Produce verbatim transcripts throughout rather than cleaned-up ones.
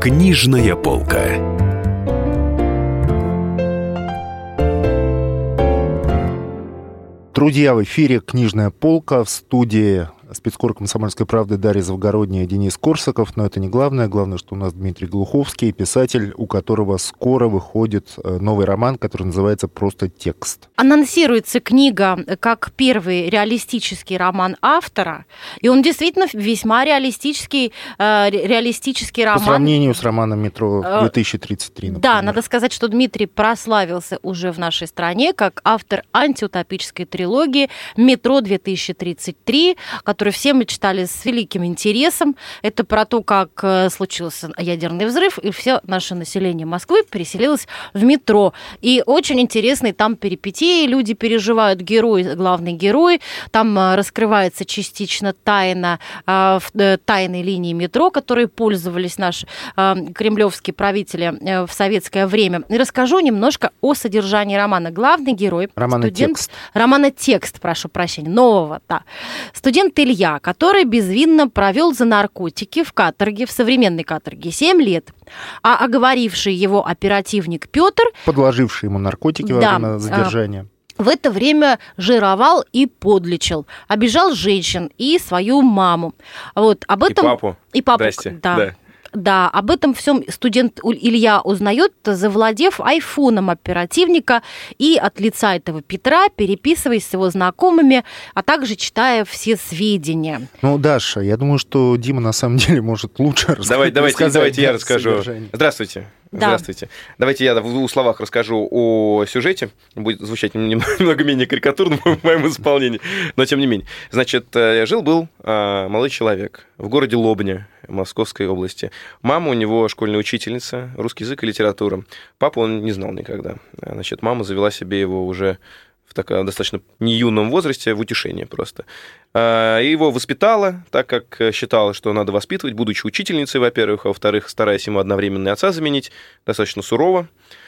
Книжная полка. Друзья, в эфире «Книжная полка», в студии спецкор «Комсомольской правды» Дарья Завгородняя, Денис Корсаков. Но это не главное. Главное, что у нас Дмитрий Глуховский, писатель, у которого скоро выходит новый роман, который называется «Просто текст». Анонсируется книга как первый реалистический роман автора, и он действительно весьма реалистический, э, реалистический роман. По сравнению с романом «Метро две тысячи тридцать три», например. Да, надо сказать, что Дмитрий прославился уже в нашей стране как автор антиутопической трилогии «Метро две тысячи тридцать три», которую все мы читали с великим интересом. Это про то, как случился ядерный взрыв, и все наше население Москвы переселилось в метро. И очень интересные там перипетии, люди переживают, герой, главный герой, там раскрывается частично тайна тайной линии метро, которой пользовались наши кремлевские правители в советское время. И расскажу немножко о содержании романа. Главный герой, романа студент, текст. романа текст, прошу прощения, нового, да. Студент Илья, который безвинно провел за наркотики в каторге, в современной каторге, семь лет, а оговоривший его оперативник Петр, подложивший ему наркотики во да, время задержания, в это время жировал и подлечил, обижал женщин и свою маму. Вот об этом и папу. И папу, Здрасте. да. Да. Да, об этом всем студент Илья узнает, завладев айфоном оперативника и от лица этого Петра переписываясь с его знакомыми, а также читая все сведения. Ну, Даша, я думаю, что Дима на самом деле может лучше рассказать. Давайте, давайте, давайте я расскажу. Содержание. Здравствуйте. Да. Здравствуйте. Давайте я в двух словах расскажу о сюжете. Будет звучать немного менее карикатурно в моем исполнении, но тем не менее. Значит, жил-был молодой человек в городе Лобня, Московской области. Мама у него школьная учительница, русский язык и литература. Папу он не знал никогда. Значит, мама завела себе его уже в таком достаточно неюном возрасте в утешение просто. И его воспитала, так как считала, что надо воспитывать, будучи учительницей, во-первых, а во-вторых, стараясь ему одновременно и отца заменить, достаточно сурово,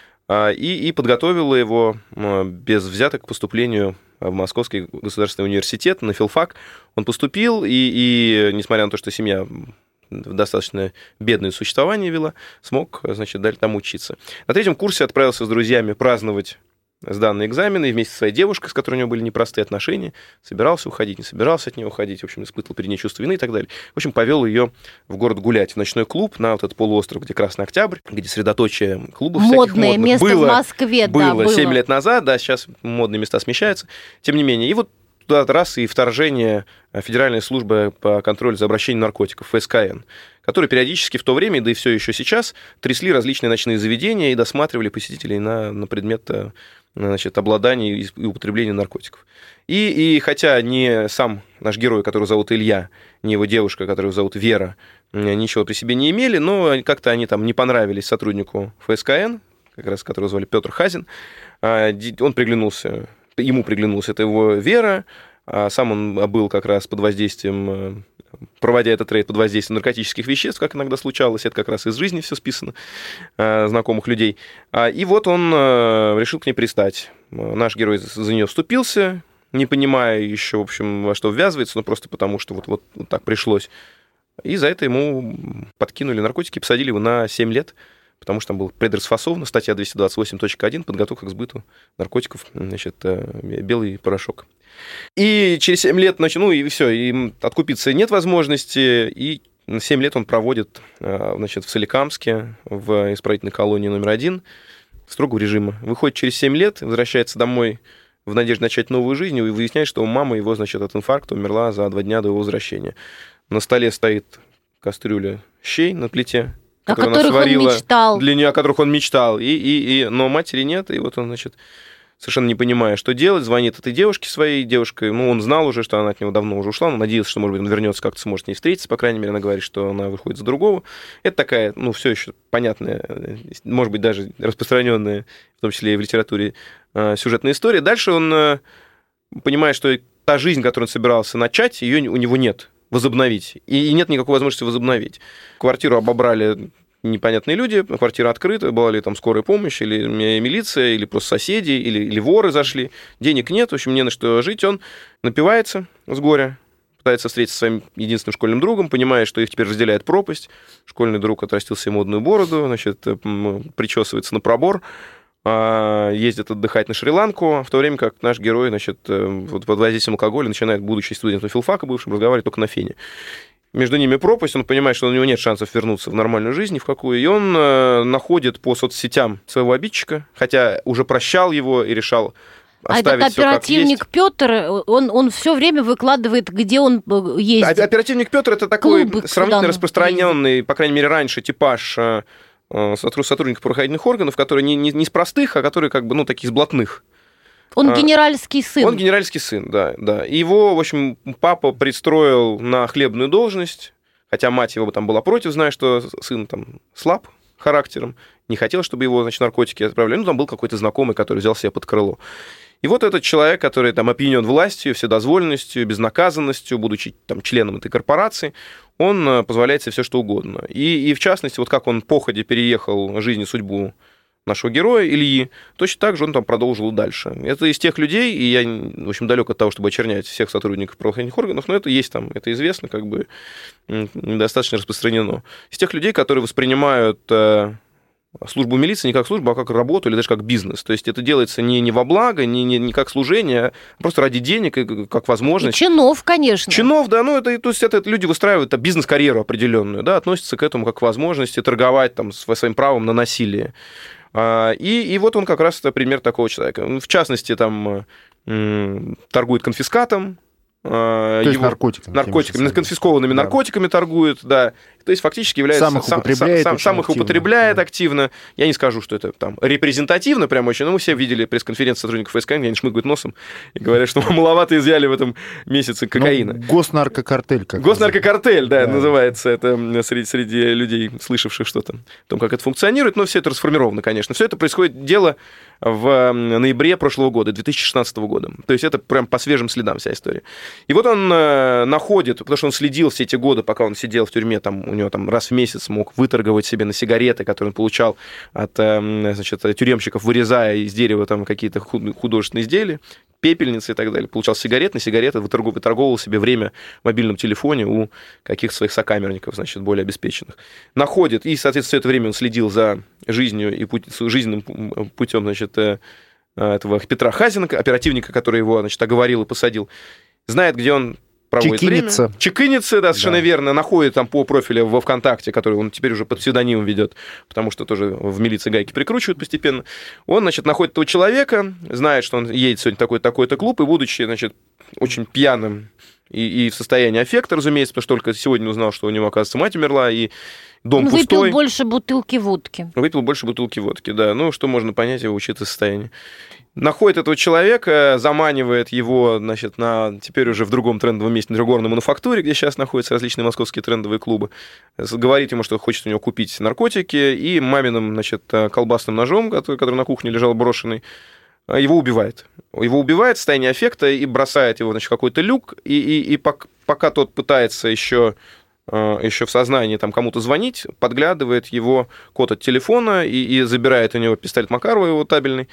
и, и подготовила его без взяток к поступлению в Московский государственный университет, на филфак. Он поступил, и, и несмотря на то, что семья достаточно бедное существование вела, смог, значит, дальше там учиться. На третьем курсе отправился с друзьями праздновать сданные экзамены, и вместе со своей девушкой, с которой у него были непростые отношения, собирался уходить, не собирался от нее уходить, в общем, испытывал перед ней чувство вины и так далее. В общем, повел ее в город гулять, в ночной клуб на вот этот полуостров, где Красный Октябрь, где средоточие клубов Модное всяких модных. место было, в Москве, было, да, было. семь лет назад, да, сейчас модные места смещаются, тем не менее. И вот туда раз и вторжение Федеральной службы по контролю за обращением наркотиков, эф эс ка эн, которые периодически в то время, да и все еще сейчас, трясли различные ночные заведения и досматривали посетителей на, на предмет, значит, обладания и употребления наркотиков. И, и хотя не сам наш герой, которого зовут Илья, не его девушка, которую зовут Вера, ничего при себе не имели, но как-то они там не понравились сотруднику эф эс ка эн, как раз которого звали Петр Хазин, он приглянулся, ему приглянулась эта его Вера, а сам он был как раз под воздействием, проводя этот рейд под воздействием наркотических веществ, как иногда случалось, это как раз из жизни все списано, знакомых людей. И вот он решил к ней пристать. Наш герой за нее вступился, не понимая еще, в общем, во что ввязывается, но просто потому, что вот, вот, вот так пришлось. И за это ему подкинули наркотики, посадили его на семь лет, потому что там была предрасфасована статья двести двадцать восемь точка один «Подготовка к сбыту наркотиков», значит, белый порошок. И через семь лет, значит, ну и все, и откупиться нет возможности, и семь лет он проводит, значит, в Соликамске, в исправительной колонии номер один, строгого режима. Выходит через семь лет, возвращается домой в надежде начать новую жизнь, и выясняет, что мама его, значит, от инфаркта умерла за два дня до его возвращения. На столе стоит кастрюля щей на плите, о которую которых она сварила, он мечтал. для нее, о которых он мечтал, и, и, и, но матери нет, и вот он, значит, совершенно не понимая, что делать, звонит этой девушке своей, девушкой, ну, он знал уже, что она от него давно уже ушла, но надеялся, что, может быть, он вернется, как-то сможет с ней встретиться, по крайней мере, она говорит, что она выходит за другого. Это такая, ну, все еще понятная, может быть, даже распространенная, в том числе и в литературе, сюжетная история. Дальше он понимает, что та жизнь, которую он собирался начать, ее у него нет, возобновить, и нет никакой возможности возобновить. Квартиру обобрали непонятные люди, квартира открыта, была ли там скорая помощь, или милиция, или просто соседи, или, или воры зашли, денег нет, в общем, не на что жить, он напивается с горя, пытается встретиться со своим единственным школьным другом, понимая, что их теперь разделяет пропасть. Школьный друг отрастил себе модную бороду, значит, причесывается на пробор, ездит отдыхать на Шри-Ланку, в то время как наш герой, значит, вот под воздействием алкоголя начинает, будучи студентом филфака бывшим, разговаривать только на фене. Между ними пропасть, он понимает, что у него нет шансов вернуться в нормальную жизнь ни в какую, и он находит по соцсетям своего обидчика, хотя уже прощал его и решал оставить. А этот оперативник Петр, он, он все время выкладывает, где он ездит. Оперативник Петр это такой Клубы, сравнительно распространенный, ездит. По крайней мере, раньше типаж сотрудников правоохранительных органов, которые не, не, не из простых, а которые как бы, ну, такие из блатных. Он а, генеральский сын. Он генеральский сын, да, да. И его, в общем, папа пристроил на хлебную должность, хотя мать его там была против, зная, что сын там слаб характером, не хотел, чтобы его, значит, наркотики отправляли. Ну, там был какой-то знакомый, который взял себя под крыло. И вот этот человек, который там опьянен властью, вседозволенностью, безнаказанностью, будучи там членом этой корпорации, он позволяет себе все что угодно. И, и в частности, вот как он походе переехал жизнь и судьбу нашего героя Ильи, точно так же он там продолжил и дальше. Это из тех людей, и я, в общем, далек от того, чтобы очернять всех сотрудников правоохранительных органов, но это есть там, это известно, как бы достаточно распространено. Из тех людей, которые воспринимают службу милиции не как службу, а как работу или даже как бизнес. То есть это делается не, не во благо, не, не, не как служение, а просто ради денег, и как возможность. И чинов, конечно. Чинов, да, ну это, то есть это, это люди выстраивают там, бизнес-карьеру определенную, да, относятся к этому как к возможности торговать там, своим правом на насилие. И, и вот он как раз это пример такого человека. В частности, там торгует конфискатом. То есть его, наркотиками. Наркотиками, конфискованными да. наркотиками торгует, да. То есть фактически является... Сам их употребляет, сам, сам их активно. употребляет да. активно. Я не скажу, что это там репрезентативно прям очень, но мы все видели пресс-конференцию сотрудников ФСК, где они шмыгают носом и говорят, что маловато изъяли в этом месяце кокаина. Ну, госнаркокартель. Как госнаркокартель, да, да, называется это среди, среди людей, слышавших что-то о том, как это функционирует, но все это расформировано, конечно. Все это происходит дело в ноябре прошлого года, две тысячи шестнадцатого года. То есть это прям по свежим следам вся история. И вот он находит, потому что он следил все эти годы, пока он сидел в тюрьме, там у него там раз в месяц мог выторговать себе на сигареты, которые он получал от, значит, тюремщиков, вырезая из дерева там какие-то художественные изделия, пепельницы и так далее. Получал сигареты, на сигареты выторговал, выторговал себе время в мобильном телефоне у каких-то своих сокамерников, значит, более обеспеченных. Находит, и, соответственно, все это время он следил за жизнью и путь, жизненным путем, значит, этого Петра Хазина, оперативника, который его, значит, оговорил и посадил. Знает, где он проводит Чекинится. время. Чекинится, да, совершенно да. верно. Находит там по профилю во ВКонтакте, который он теперь уже под псевдонимом ведет, потому что тоже в милиции гайки прикручивают постепенно. Он, значит, находит этого человека, знает, что он едет сегодня в такой-то, такой-то клуб, и, будучи, значит, очень пьяным и, и в состоянии аффекта, разумеется, потому что только сегодня узнал, что у него, оказывается, мать умерла, и дом он пустой. Выпил больше бутылки водки. Выпил больше бутылки водки, да. Ну, что можно понять его учитывая состояние. Находит этого человека, заманивает его, значит, на теперь уже в другом трендовом месте, на Трехгорной мануфактуре, где сейчас находятся различные московские трендовые клубы. Говорит ему, что хочет у него купить наркотики, и маминым, значит, колбасным ножом, который, который на кухне лежал брошенный, его убивает. Его убивает в состоянии аффекта и бросает его, значит, в какой-то люк, и, и, и пока тот пытается еще... еще в сознании там кому-то звонить, подглядывает его код от телефона и, и забирает у него пистолет Макарова, его табельный,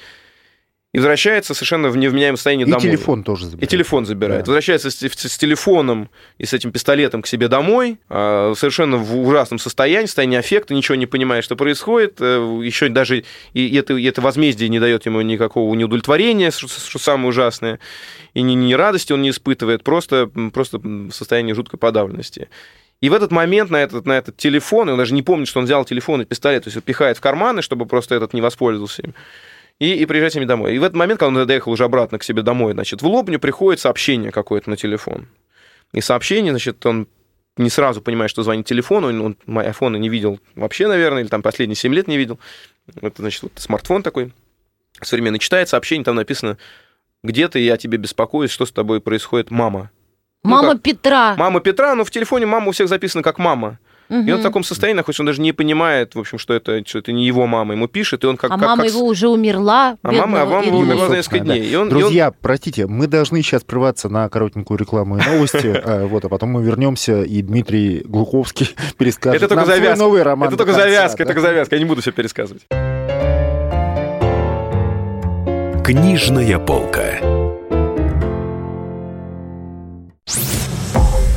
и возвращается совершенно в невменяемом состоянии и домой. И телефон тоже забирает. И телефон забирает. Да. Возвращается с, с телефоном и с этим пистолетом к себе домой, совершенно в ужасном состоянии, в состоянии аффекта, ничего не понимает, что происходит, еще даже и это, и это возмездие не дает ему никакого неудовлетворения, что, что самое ужасное, и ни, ни радости он не испытывает, просто, просто в состоянии жуткой подавленности. И в этот момент на этот, на этот телефон, он даже не помнит, что он взял телефон и пистолет, то есть он пихает в карманы, чтобы просто этот не воспользовался им, и, и приезжает с ними домой. И в этот момент, когда он доехал уже обратно к себе домой, значит, в Лобню приходит сообщение какое-то на телефон. И сообщение, значит, он не сразу понимает, что звонит телефон, он, он айфона не видел вообще, наверное, или там последние семь лет не видел. Это, значит, вот смартфон такой современный. Читает сообщение, там написано: «Где ты? Я тебе беспокоюсь, что с тобой происходит, мама». Мама ну, Петра. Мама Петра, но в телефоне мама у всех записана как мама. Угу. И он в таком состоянии находится, он даже не понимает, в общем, что это, что это не его мама. Ему пишет, и он как... А как, мама как... его уже умерла. А мама, а мама его умерла за несколько дней. Да. И он, Друзья, и он... простите, мы должны сейчас прерваться на коротенькую рекламу и новости, вот, а потом мы вернемся, и Дмитрий Глуховский перескажет нам свой новый роман. Это только завязка, это только завязка, я не буду все пересказывать. Книжная полка.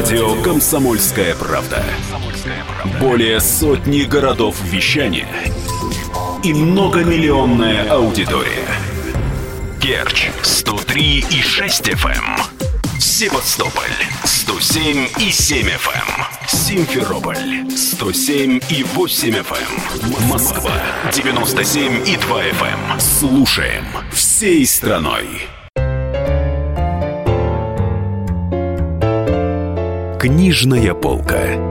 Радио «Комсомольская правда». Более сотни городов вещания и многомиллионная аудитория. Керчь сто три и шесть эф эм, Севастополь сто семь и семь эф эм, Симферополь сто семь и восемь эф эм, Москва девяносто семь и два эф эм. Слушаем всей страной. Книжная полка.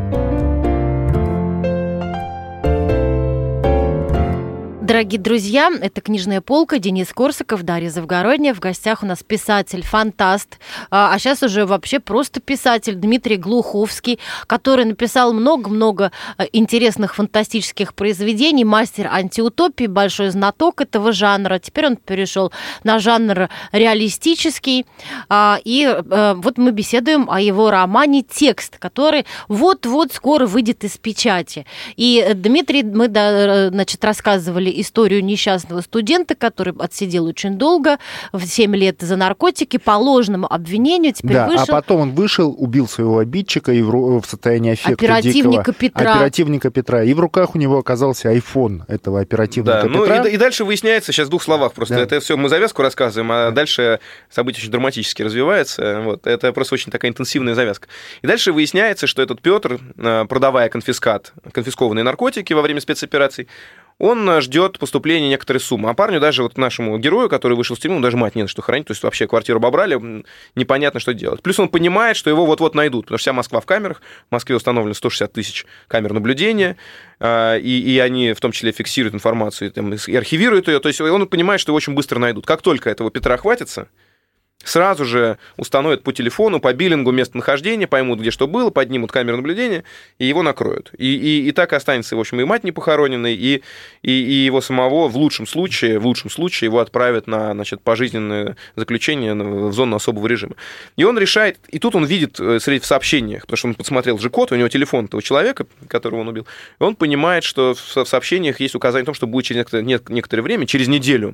Дорогие друзья, это «Книжная полка», Денис Корсаков, Дарья Завгородняя. В гостях у нас писатель-фантаст, а сейчас уже вообще просто писатель Дмитрий Глуховский, который написал много-много интересных фантастических произведений, мастер антиутопии, большой знаток этого жанра. Теперь он перешел на жанр реалистический. И вот мы беседуем о его романе «Текст», который вот-вот скоро выйдет из печати. И, Дмитрий, мы, значит, рассказывали историю несчастного студента, который отсидел очень долго, в семь лет за наркотики, по ложному обвинению, теперь да, вышел. А потом он вышел, убил своего обидчика и в, в состоянии аффекта оперативника дикого. Петра. Оперативника Петра. И в руках у него оказался айфон этого оперативника да, Петра. Ну и, и дальше выясняется, сейчас в двух словах просто, да. это все мы завязку рассказываем, а дальше событие очень драматически развивается. Вот, это просто очень такая интенсивная завязка. И дальше выясняется, что этот Петр, продавая конфискат, конфискованные наркотики во время спецопераций, он ждет поступления некоторой суммы. А парню, даже вот нашему герою, который вышел с тюрьмы, даже мать не на что хранить, то есть вообще квартиру обобрали, непонятно, что делать. Плюс он понимает, что его вот-вот найдут, потому что вся Москва в камерах, в Москве установлено сто шестьдесят тысяч камер наблюдения, и, и они в том числе фиксируют информацию там, и архивируют ее, то есть он понимает, что его очень быстро найдут. Как только этого Петра хватится, сразу же установят по телефону, по биллингу местонахождение, поймут, где что было, поднимут камеру наблюдения, и его накроют. И, и, и так останется, в общем, и мать не похороненной, и, и, и его самого в лучшем случае, в лучшем случае его отправят на, значит, пожизненное заключение в зону особого режима. И он решает, и тут он видит в сообщениях, потому что он подсмотрел же код, у него телефон того человека, которого он убил, и он понимает, что в сообщениях есть указание о том, что будет через некоторое, некоторое время, через неделю,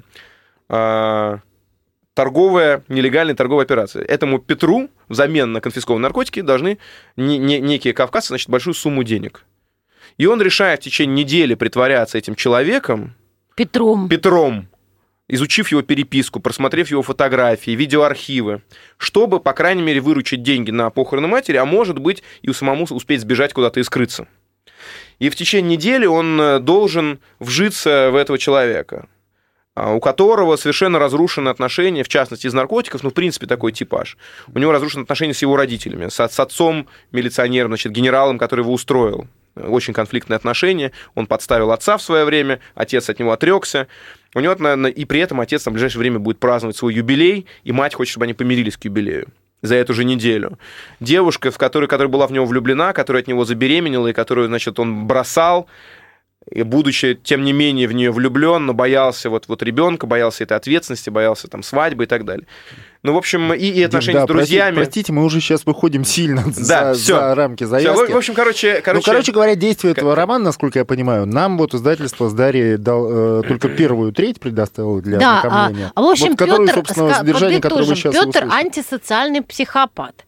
торговая, нелегальная торговая операция. Этому Петру взамен на конфискованные наркотики должны не, не, некие кавказцы, значит, большую сумму денег. И он решает в течение недели притворяться этим человеком. Петром. Петром, изучив его переписку, просмотрев его фотографии, видеоархивы, чтобы, по крайней мере, выручить деньги на похороны матери, а может быть, и самому успеть сбежать куда-то и скрыться. И в течение недели он должен вжиться в этого человека, у которого совершенно разрушены отношения, в частности, из наркотиков, ну, в принципе, такой типаж. У него разрушены отношения с его родителями, с, с отцом милиционером, значит, генералом, который его устроил. Очень конфликтные отношения. Он подставил отца в свое время, отец от него отрекся. У него, и при этом отец в ближайшее время будет праздновать свой юбилей, и мать хочет, чтобы они помирились к юбилею за эту же неделю. Девушка, в которую, которая была в него влюблена, которая от него забеременела, и которую, значит, он бросал, и будучи, тем не менее, в нее влюблен, но боялся вот, вот ребенка, боялся этой ответственности, боялся там свадьбы и так далее. Ну, в общем, и, и отношения да, с друзьями. Простите, простите, мы уже сейчас выходим сильно да, за, за рамки завязки. Всё. В общем, короче... короче... Ну, короче говоря, действие этого романа, насколько я понимаю, нам вот издательство с Дарьей дал, э, только первую треть предоставило для да, ознакомления. А, в общем, вот, который, Петр, собственно, содержание, которое вы сейчас Петр антисоциальный психопат.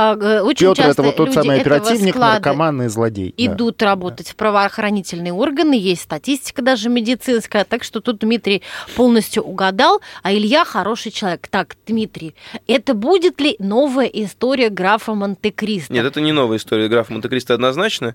Очень Петр — это вот тот самый оперативник, склада наркоман и злодей. Идут да. работать в правоохранительные органы, есть статистика даже медицинская, так что тут Дмитрий полностью угадал, а Илья хороший человек. Так, Дмитрий, это будет ли новая история графа Монте-Кристо? Нет, это не новая история графа Монте-Кристо однозначно.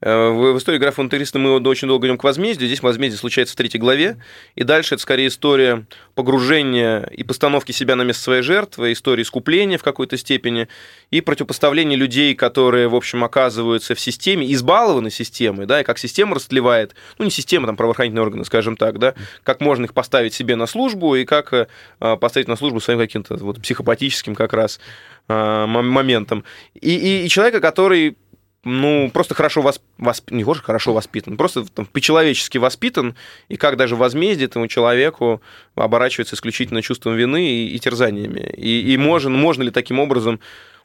В истории графа Монте-Кристо мы очень долго идем к возмездию. Здесь возмездие случается в третьей главе. И дальше это скорее история погружения и постановки себя на место своей жертвы, история искупления в какой-то степени и противопоставления людей, которые, в общем, оказываются в системе, избалованы системой, да, и как система растлевает, ну, не система, там, правоохранительные органы, скажем так, да, как можно их поставить себе на службу и как поставить на службу своим каким-то вот психопатическим как раз моментом. И, и, и человека, который ну, просто хорошо восп... восп... не хуже, хорошо воспитан, просто там, по-человечески воспитан, и как даже возмездие этому человеку оборачивается исключительно чувством вины и, и терзаниями. И, и можно, можно ли таким образом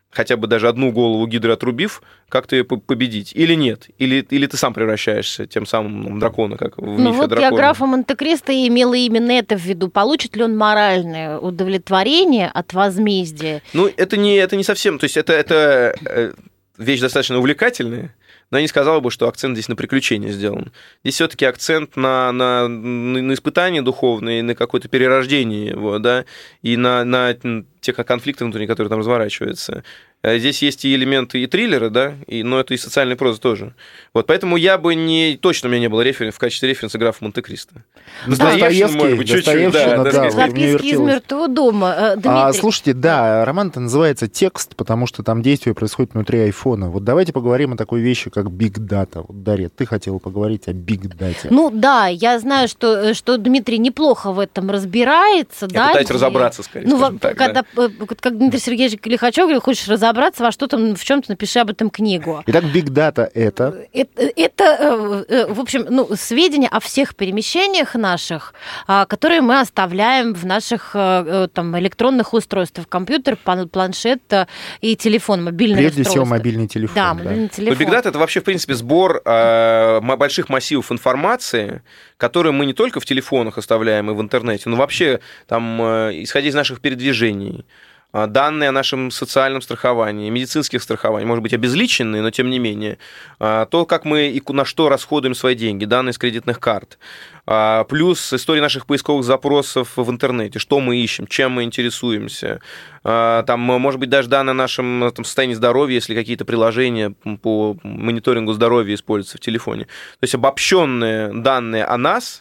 хотя бы даже одну голову гидры отрубив, как-то ее победить? Или нет? Или, или ты сам превращаешься тем самым в дракона, как в мифе ну, вот дракона? Я графа Монте-Кристо имела именно это в виду. Получит ли он моральное удовлетворение от возмездия? Ну, это не, это не совсем... То есть это, это вещь достаточно увлекательная, но я не сказал бы, что акцент здесь на приключения сделан. Здесь все-таки акцент на, на, на испытание духовное, на какое-то перерождение его, да, и на, на те конфликты внутренние, которые там разворачиваются. Здесь есть и элементы и триллера, да, и, но это и социальная проза тоже. Вот, поэтому я бы не... Точно у меня не было референ, в качестве референса графа Монте-Кристо. Достоевский, может быть, чуть-чуть, да. да, да, Записки из мертвого дома. Дмитрий. А, слушайте, да, роман-то называется «Текст», потому что там действие происходит внутри айфона. Вот давайте поговорим о такой вещи, как Big Data. Вот, Дарья, ты хотела поговорить о Big Data. Ну да, я знаю, что, что Дмитрий неплохо в этом разбирается. Я да, пытаюсь и... разобраться, скорее, Ну, так, когда, да. как Дмитрий Сергеевич Лихачев говорит, хочешь разобраться во что-то, в чем-то напиши об этом книгу. Итак, Big Data это? Это, это, в общем, ну, сведения о всех перемещениях наших, которые мы оставляем в наших там, электронных устройствах, компьютер, планшет и телефон, мобильный Прежде устройство. всего, мобильный телефон. Да, да. мобильный телефон. Big Data — это вообще, в принципе, сбор э, больших массивов информации, которые мы не только в телефонах оставляем и в интернете, но вообще, там, э, исходя из наших передвижений, данные о нашем социальном страховании, медицинских страхований, может быть, обезличенные, но тем не менее, то, как мы и на что расходуем свои деньги, данные с кредитных карт, плюс история наших поисковых запросов в интернете, что мы ищем, чем мы интересуемся, там, может быть, даже данные о нашем там, состоянии здоровья, если какие-то приложения по мониторингу здоровья используются в телефоне. То есть обобщенные данные о нас,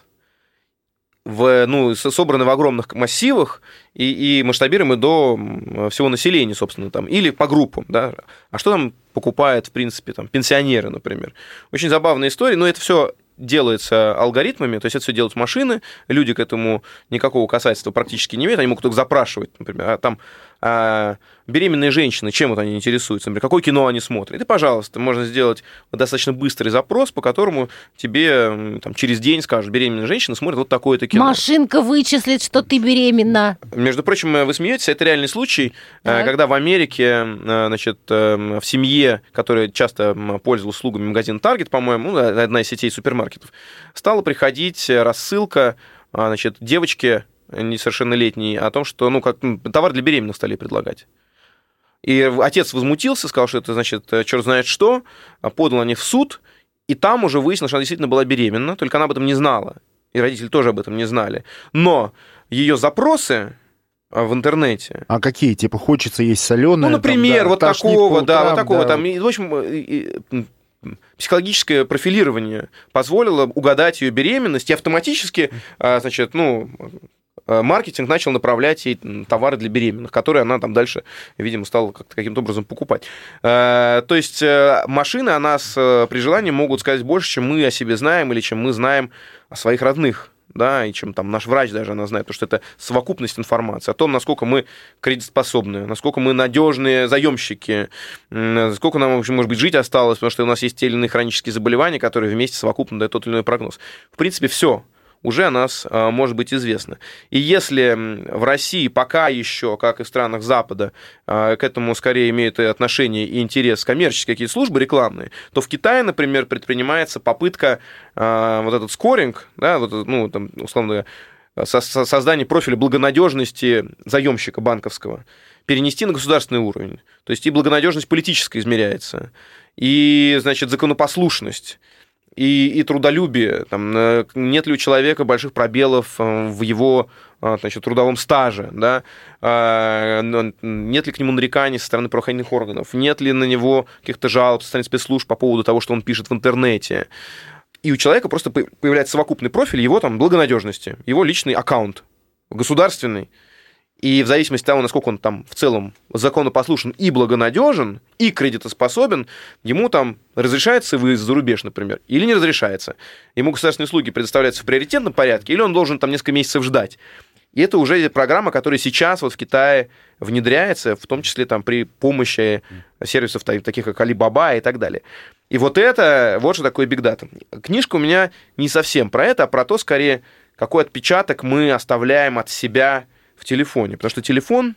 в, ну, собраны в огромных массивах и, и масштабируемы до всего населения, собственно, там, или по группам, да. А что там покупают, в принципе, там, пенсионеры, например? Очень забавная история, но это все делается алгоритмами, то есть это все делают машины, люди к этому никакого касательства практически не имеют, они могут только запрашивать, например, а там а, беременные женщины, чем вот они интересуются, например, какое кино они смотрят, и, пожалуйста, можно сделать достаточно быстрый запрос, по которому тебе там, через день скажут, беременная женщина смотрит вот такое-то кино. Машинка вычислит, что ты беременна. Между прочим, вы смеетесь, это реальный случай, так. Когда в Америке, значит, в семье, которая часто пользовалась услугами магазина Target, по-моему, ну, одна из сетей супермаркетов, стала приходить рассылка, значит, девочке несовершеннолетней о том, что, ну, как товар для беременных стали предлагать. И отец возмутился, сказал, что это, значит, черт знает что, подал они в суд, и там уже выяснилось, что она действительно была беременна, только она об этом не знала, и родители тоже об этом не знали. Но ее запросы в интернете. А какие? Типа, хочется есть соленое? Ну, например, там, да, вот такого, утрам, да, вот такого, да. там, и, в общем, и, и, психологическое профилирование позволило угадать ее беременность, и автоматически, значит, ну, маркетинг начал направлять ей товары для беременных, которые она там дальше, видимо, стала как-то каким-то образом покупать. То есть машины о нас при желании могут сказать больше, чем мы о себе знаем, или чем мы знаем о своих родных. Да, и чем там наш врач даже она знает, потому что это совокупность информации о том, насколько мы кредитоспособны, насколько мы надежные заемщики, сколько нам, в общем, может быть, жить осталось, потому что у нас есть те или иные хронические заболевания, которые вместе совокупно дают тот или иной прогноз. В принципе, все уже о нас может быть известно. И если в России пока еще, как и в странах Запада, к этому скорее имеют отношение и интерес коммерческие какие-то службы рекламные, то в Китае, например, предпринимается попытка вот этот скоринг, да, вот, ну, там, условно говоря, создание профиля благонадежности заемщика банковского перенести на государственный уровень. То есть и благонадежность политическая измеряется, и, значит, законопослушность, и, и трудолюбие, там, нет ли у человека больших пробелов в его, значит, трудовом стаже, да? Нет ли к нему нареканий со стороны правоохранительных органов, нет ли на него каких-то жалоб со стороны спецслужб по поводу того, что он пишет в интернете. И у человека просто появляется совокупный профиль его там, благонадежности, его личный аккаунт государственный. И в зависимости от того, насколько он там в целом законопослушен и благонадежен, и кредитоспособен, ему там разрешается выезд за рубеж, например, или не разрешается. Ему государственные услуги предоставляются в приоритетном порядке, или он должен там несколько месяцев ждать. И это уже программа, которая сейчас вот в Китае внедряется, в том числе там при помощи сервисов таких, как Alibaba и так далее. И вот это, вот что такое Big Data. Книжка у меня не совсем про это, а про то, скорее, какой отпечаток мы оставляем от себя в телефоне. Потому что телефон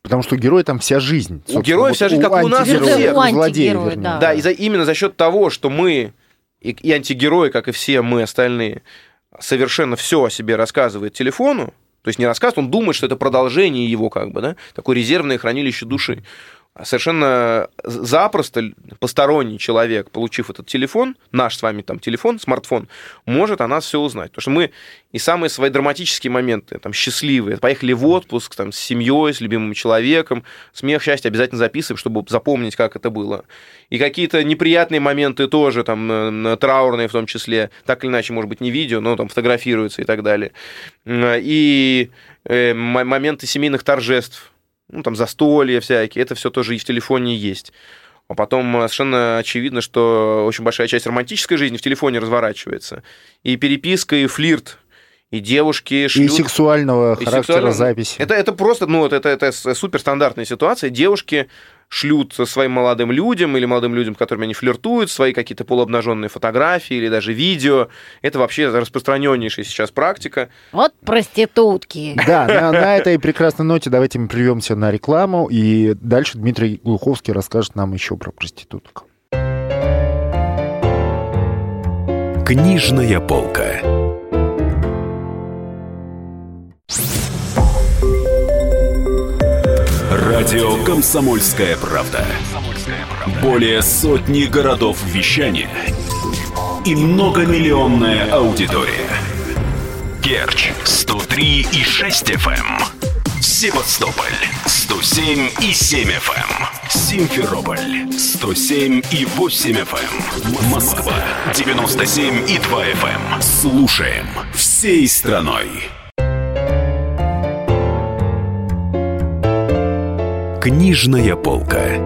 Потому что у героя там вся жизнь. У героя вот вся жизнь, как у нас у всех. У антигероя, да. Да, и за, именно за счет того, что мы, и, и антигерои, как и все мы остальные, совершенно все о себе рассказывает телефону, то есть не рассказывает, он думает, что это продолжение его, как бы, да, такое резервное хранилище души. Совершенно запросто посторонний человек, получив этот телефон, наш с вами там телефон, смартфон, может о нас все узнать. Потому что мы и самые свои драматические моменты, там, счастливые, поехали в отпуск там, с семьей, с любимым человеком, смех, счастье обязательно записываем, чтобы запомнить, как это было. И какие-то неприятные моменты тоже, там, траурные в том числе, так или иначе, может быть, не видео, но там фотографируются и так далее. И э, моменты семейных торжеств, ну, там, застолья всякие, это все тоже и в телефоне есть. А потом совершенно очевидно, что очень большая часть романтической жизни в телефоне разворачивается. И переписка, и флирт, и девушки шлют... И сексуального и характера сексуального... записи. Это, это просто, ну, это, это суперстандартная ситуация. Девушки шлют своим молодым людям или молодым людям, с которыми они флиртуют, свои какие-то полуобнаженные фотографии или даже видео. Это вообще распространеннейшая сейчас практика. Вот проститутки. Да, на, на этой прекрасной ноте давайте мы прервемся на рекламу, и дальше Дмитрий Глуховский расскажет нам еще про проституток. Книжная полка. Радио «Комсомольская правда». Более сотни городов вещания и многомиллионная аудитория. Керчь сто три и шесть эф эм, Севастополь сто семь и семь эф эм, Симферополь сто семь и восемь эф эм, Москва девяносто семь и два эф эм. Слушаем всей страной. Книжная полка.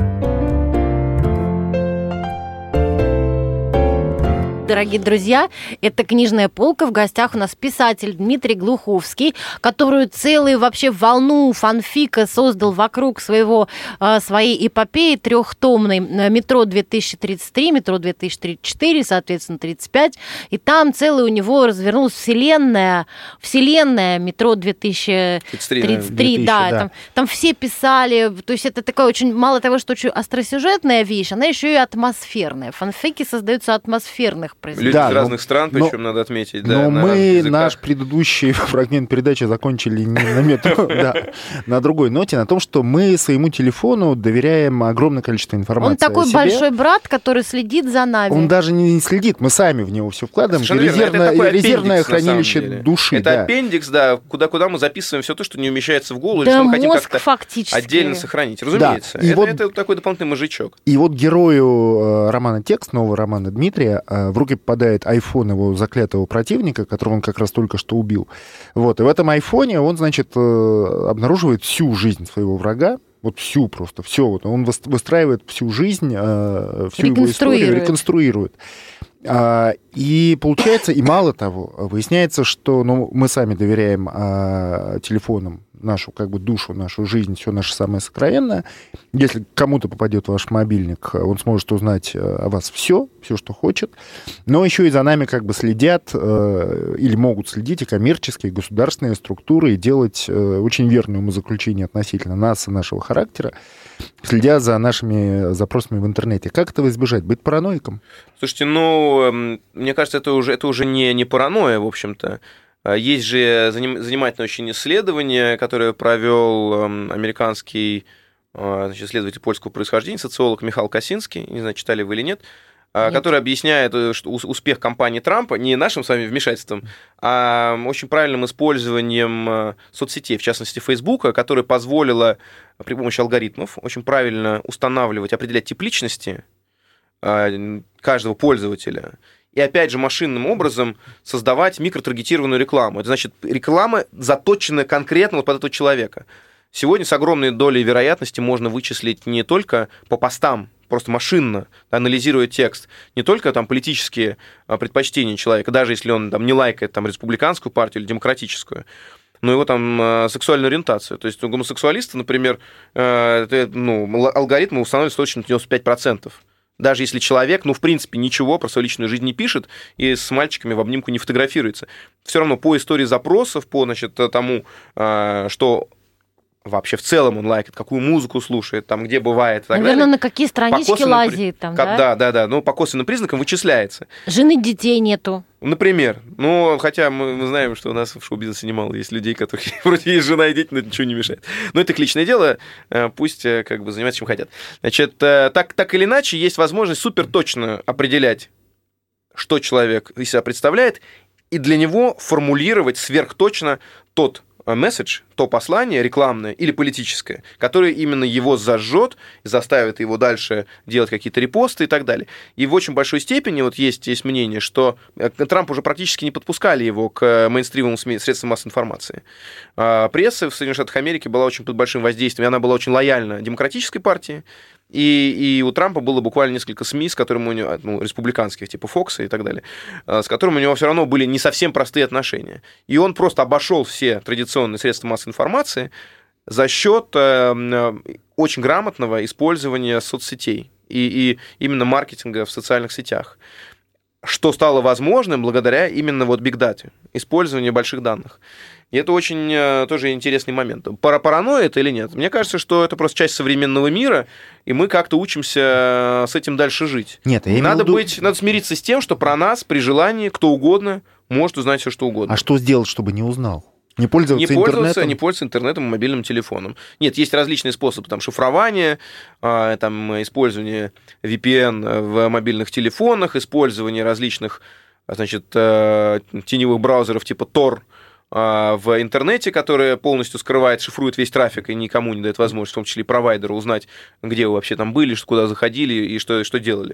Дорогие друзья, это «Книжная полка». В гостях у нас писатель Дмитрий Глуховский, который целую вообще волну фанфика создал вокруг своего, своей эпопеи трехтомной «Метро две тысячи тридцать три», «Метро две тысячи тридцать четыре», соответственно, тридцать пять. И там целая у него развернулась вселенная, вселенная «Метро две тысячи тридцать три». Да, да. Там, там все писали, то есть это такое очень, мало того, что очень остросюжетная вещь, она еще и атмосферная. Фанфики создаются атмосферных. Люди да, из но, разных стран, но, причем, надо отметить. Но да, мы наш предыдущий фрагмент передачи закончили не на метро, да, на другой ноте, на том, что мы своему телефону доверяем огромное количество информации. Он такой о себе. Большой брат, который следит за нами. Он даже не следит, мы сами в него все вкладываем. Резервное, это резервное аппендикс, хранилище души. Это да. аппендикс, да, куда-куда мы записываем все то, что не умещается в голову, да, или что мы хотим как-то фактически. отдельно сохранить. Разумеется. Да. Это, вот, это такой дополнительный мозжечок. И вот герою э, романа «Текст», нового романа Дмитрия, э, в руки попадает iPhone его заклятого противника, которого он как раз только что убил. Вот. И в этом айфоне он, значит, обнаруживает всю жизнь своего врага, вот всю просто, все. Вот. Он выстраивает всю жизнь, всю его историю, реконструирует. И получается, и мало того, выясняется, что ну, мы сами доверяем телефонам нашу как бы душу, нашу жизнь, все наше самое сокровенное. Если кому-то попадет ваш мобильник, он сможет узнать о вас все, все, что хочет. Но еще и за нами как бы следят э, или могут следить и коммерческие, и государственные структуры и делать э, очень верные умозаключения относительно нас и нашего характера, следя за нашими запросами в интернете. Как этого избежать? Быть параноиком? Слушайте, ну, мне кажется, это уже, это уже не, не паранойя, в общем-то. Есть же занимательное очень исследование, которое провел американский, значит, исследователь польского происхождения, социолог Михаил Косинский, не знаю, читали вы или нет, нет. Который объясняет что успех кампании Трампа не нашим с вами вмешательством, а очень правильным использованием соцсетей, в частности, Фейсбука, которое позволило при помощи алгоритмов очень правильно устанавливать, определять тип личности каждого пользователя. И опять же машинным образом создавать микротаргетированную рекламу. Это значит реклама, заточенная конкретно вот под этого человека. Сегодня с огромной долей вероятности можно вычислить не только по постам, просто машинно, анализируя текст, не только там политические предпочтения человека, даже если он там не лайкает там республиканскую партию или демократическую, но его там сексуальную ориентацию. То есть у гомосексуалиста, например, ну, алгоритмы устанавливают с точностью девяносто пять процентов. Даже если человек, ну, в принципе, ничего про свою личную жизнь не пишет и с мальчиками в обнимку не фотографируется. Все равно по истории запросов, по, значит, тому, что вообще в целом он лайкает, какую музыку слушает, там, где бывает. И так Наверное, далее. на какие странички лазит там, как, да? Да, да, да. Ну, по косвенным признакам вычисляется. Жены, детей нету. Например. Ну, хотя мы, мы знаем, что у нас в шоу-бизнесе немало есть людей, которых вроде есть жена и дети, но это ничего не мешает. Но это их личное дело, пусть как бы занимаются чем хотят. Значит, так, так или иначе, есть возможность супер точно определять, что человек из себя представляет, и для него формулировать сверхточно тот месседж, то послание рекламное или политическое, которое именно его зажжет и заставит его дальше делать какие-то репосты и так далее. И в очень большой степени вот есть, есть мнение, что Трамп уже практически не подпускали его к мейнстримовым СМИ, средствам массовой информации. Пресса в Соединенных Штатах Америки была очень под большим воздействием, и она была очень лояльна демократической партии. И, и у Трампа было буквально несколько СМИ, с которыми у него, ну, республиканских, типа Фокса и так далее, с которыми у него все равно были не совсем простые отношения. И он просто обошел все традиционные средства массовой информации за счет э, очень грамотного использования соцсетей и, и именно маркетинга в социальных сетях, что стало возможным благодаря именно вот Big Data, использованию больших данных. И это очень э, тоже интересный момент. Пара паранойя это или нет? Мне кажется, что это просто часть современного мира, и мы как-то учимся с этим дальше жить. Нет, я надо, имею в виду... быть, надо смириться с тем, что про нас при желании кто угодно может узнать все, что угодно. А что сделать, чтобы не узнал? Не пользоваться, не пользоваться интернетом? Не пользоваться интернетом и мобильным телефоном. Нет, есть различные способы там, шифрования, там, использование ви пи эн в мобильных телефонах, использование различных, значит, теневых браузеров типа Tor в интернете, которая полностью скрывает, шифрует весь трафик и никому не дает возможность, в том числе и провайдеру, узнать, где вы вообще там были, куда заходили и что, что делали.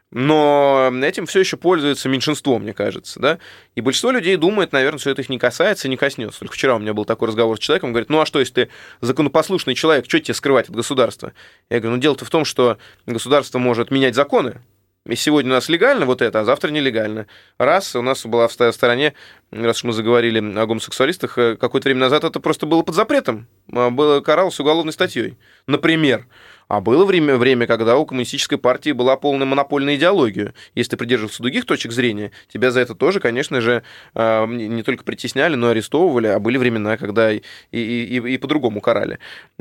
Но этим все еще пользуется меньшинство, мне кажется, да. И большинство людей думает, наверное, что это их не касается, не коснется. Только вчера у меня был такой разговор с человеком, он говорит, ну а что, если ты законопослушный человек, что тебе скрывать от государства? Я говорю, ну дело-то в том, что государство может менять законы. И сегодня у нас легально вот это, а завтра нелегально. Раз, у нас была в стороне, раз уж мы заговорили о гомосексуалистах, какое-то время назад это просто было под запретом, было каралось уголовной статьей, например. А было время, время, когда у коммунистической партии была полная монопольная идеология. Если ты придерживался других точек зрения, тебя за это тоже, конечно же, не только притесняли, но и арестовывали, а были времена, когда и, и, и, и по-другому карали.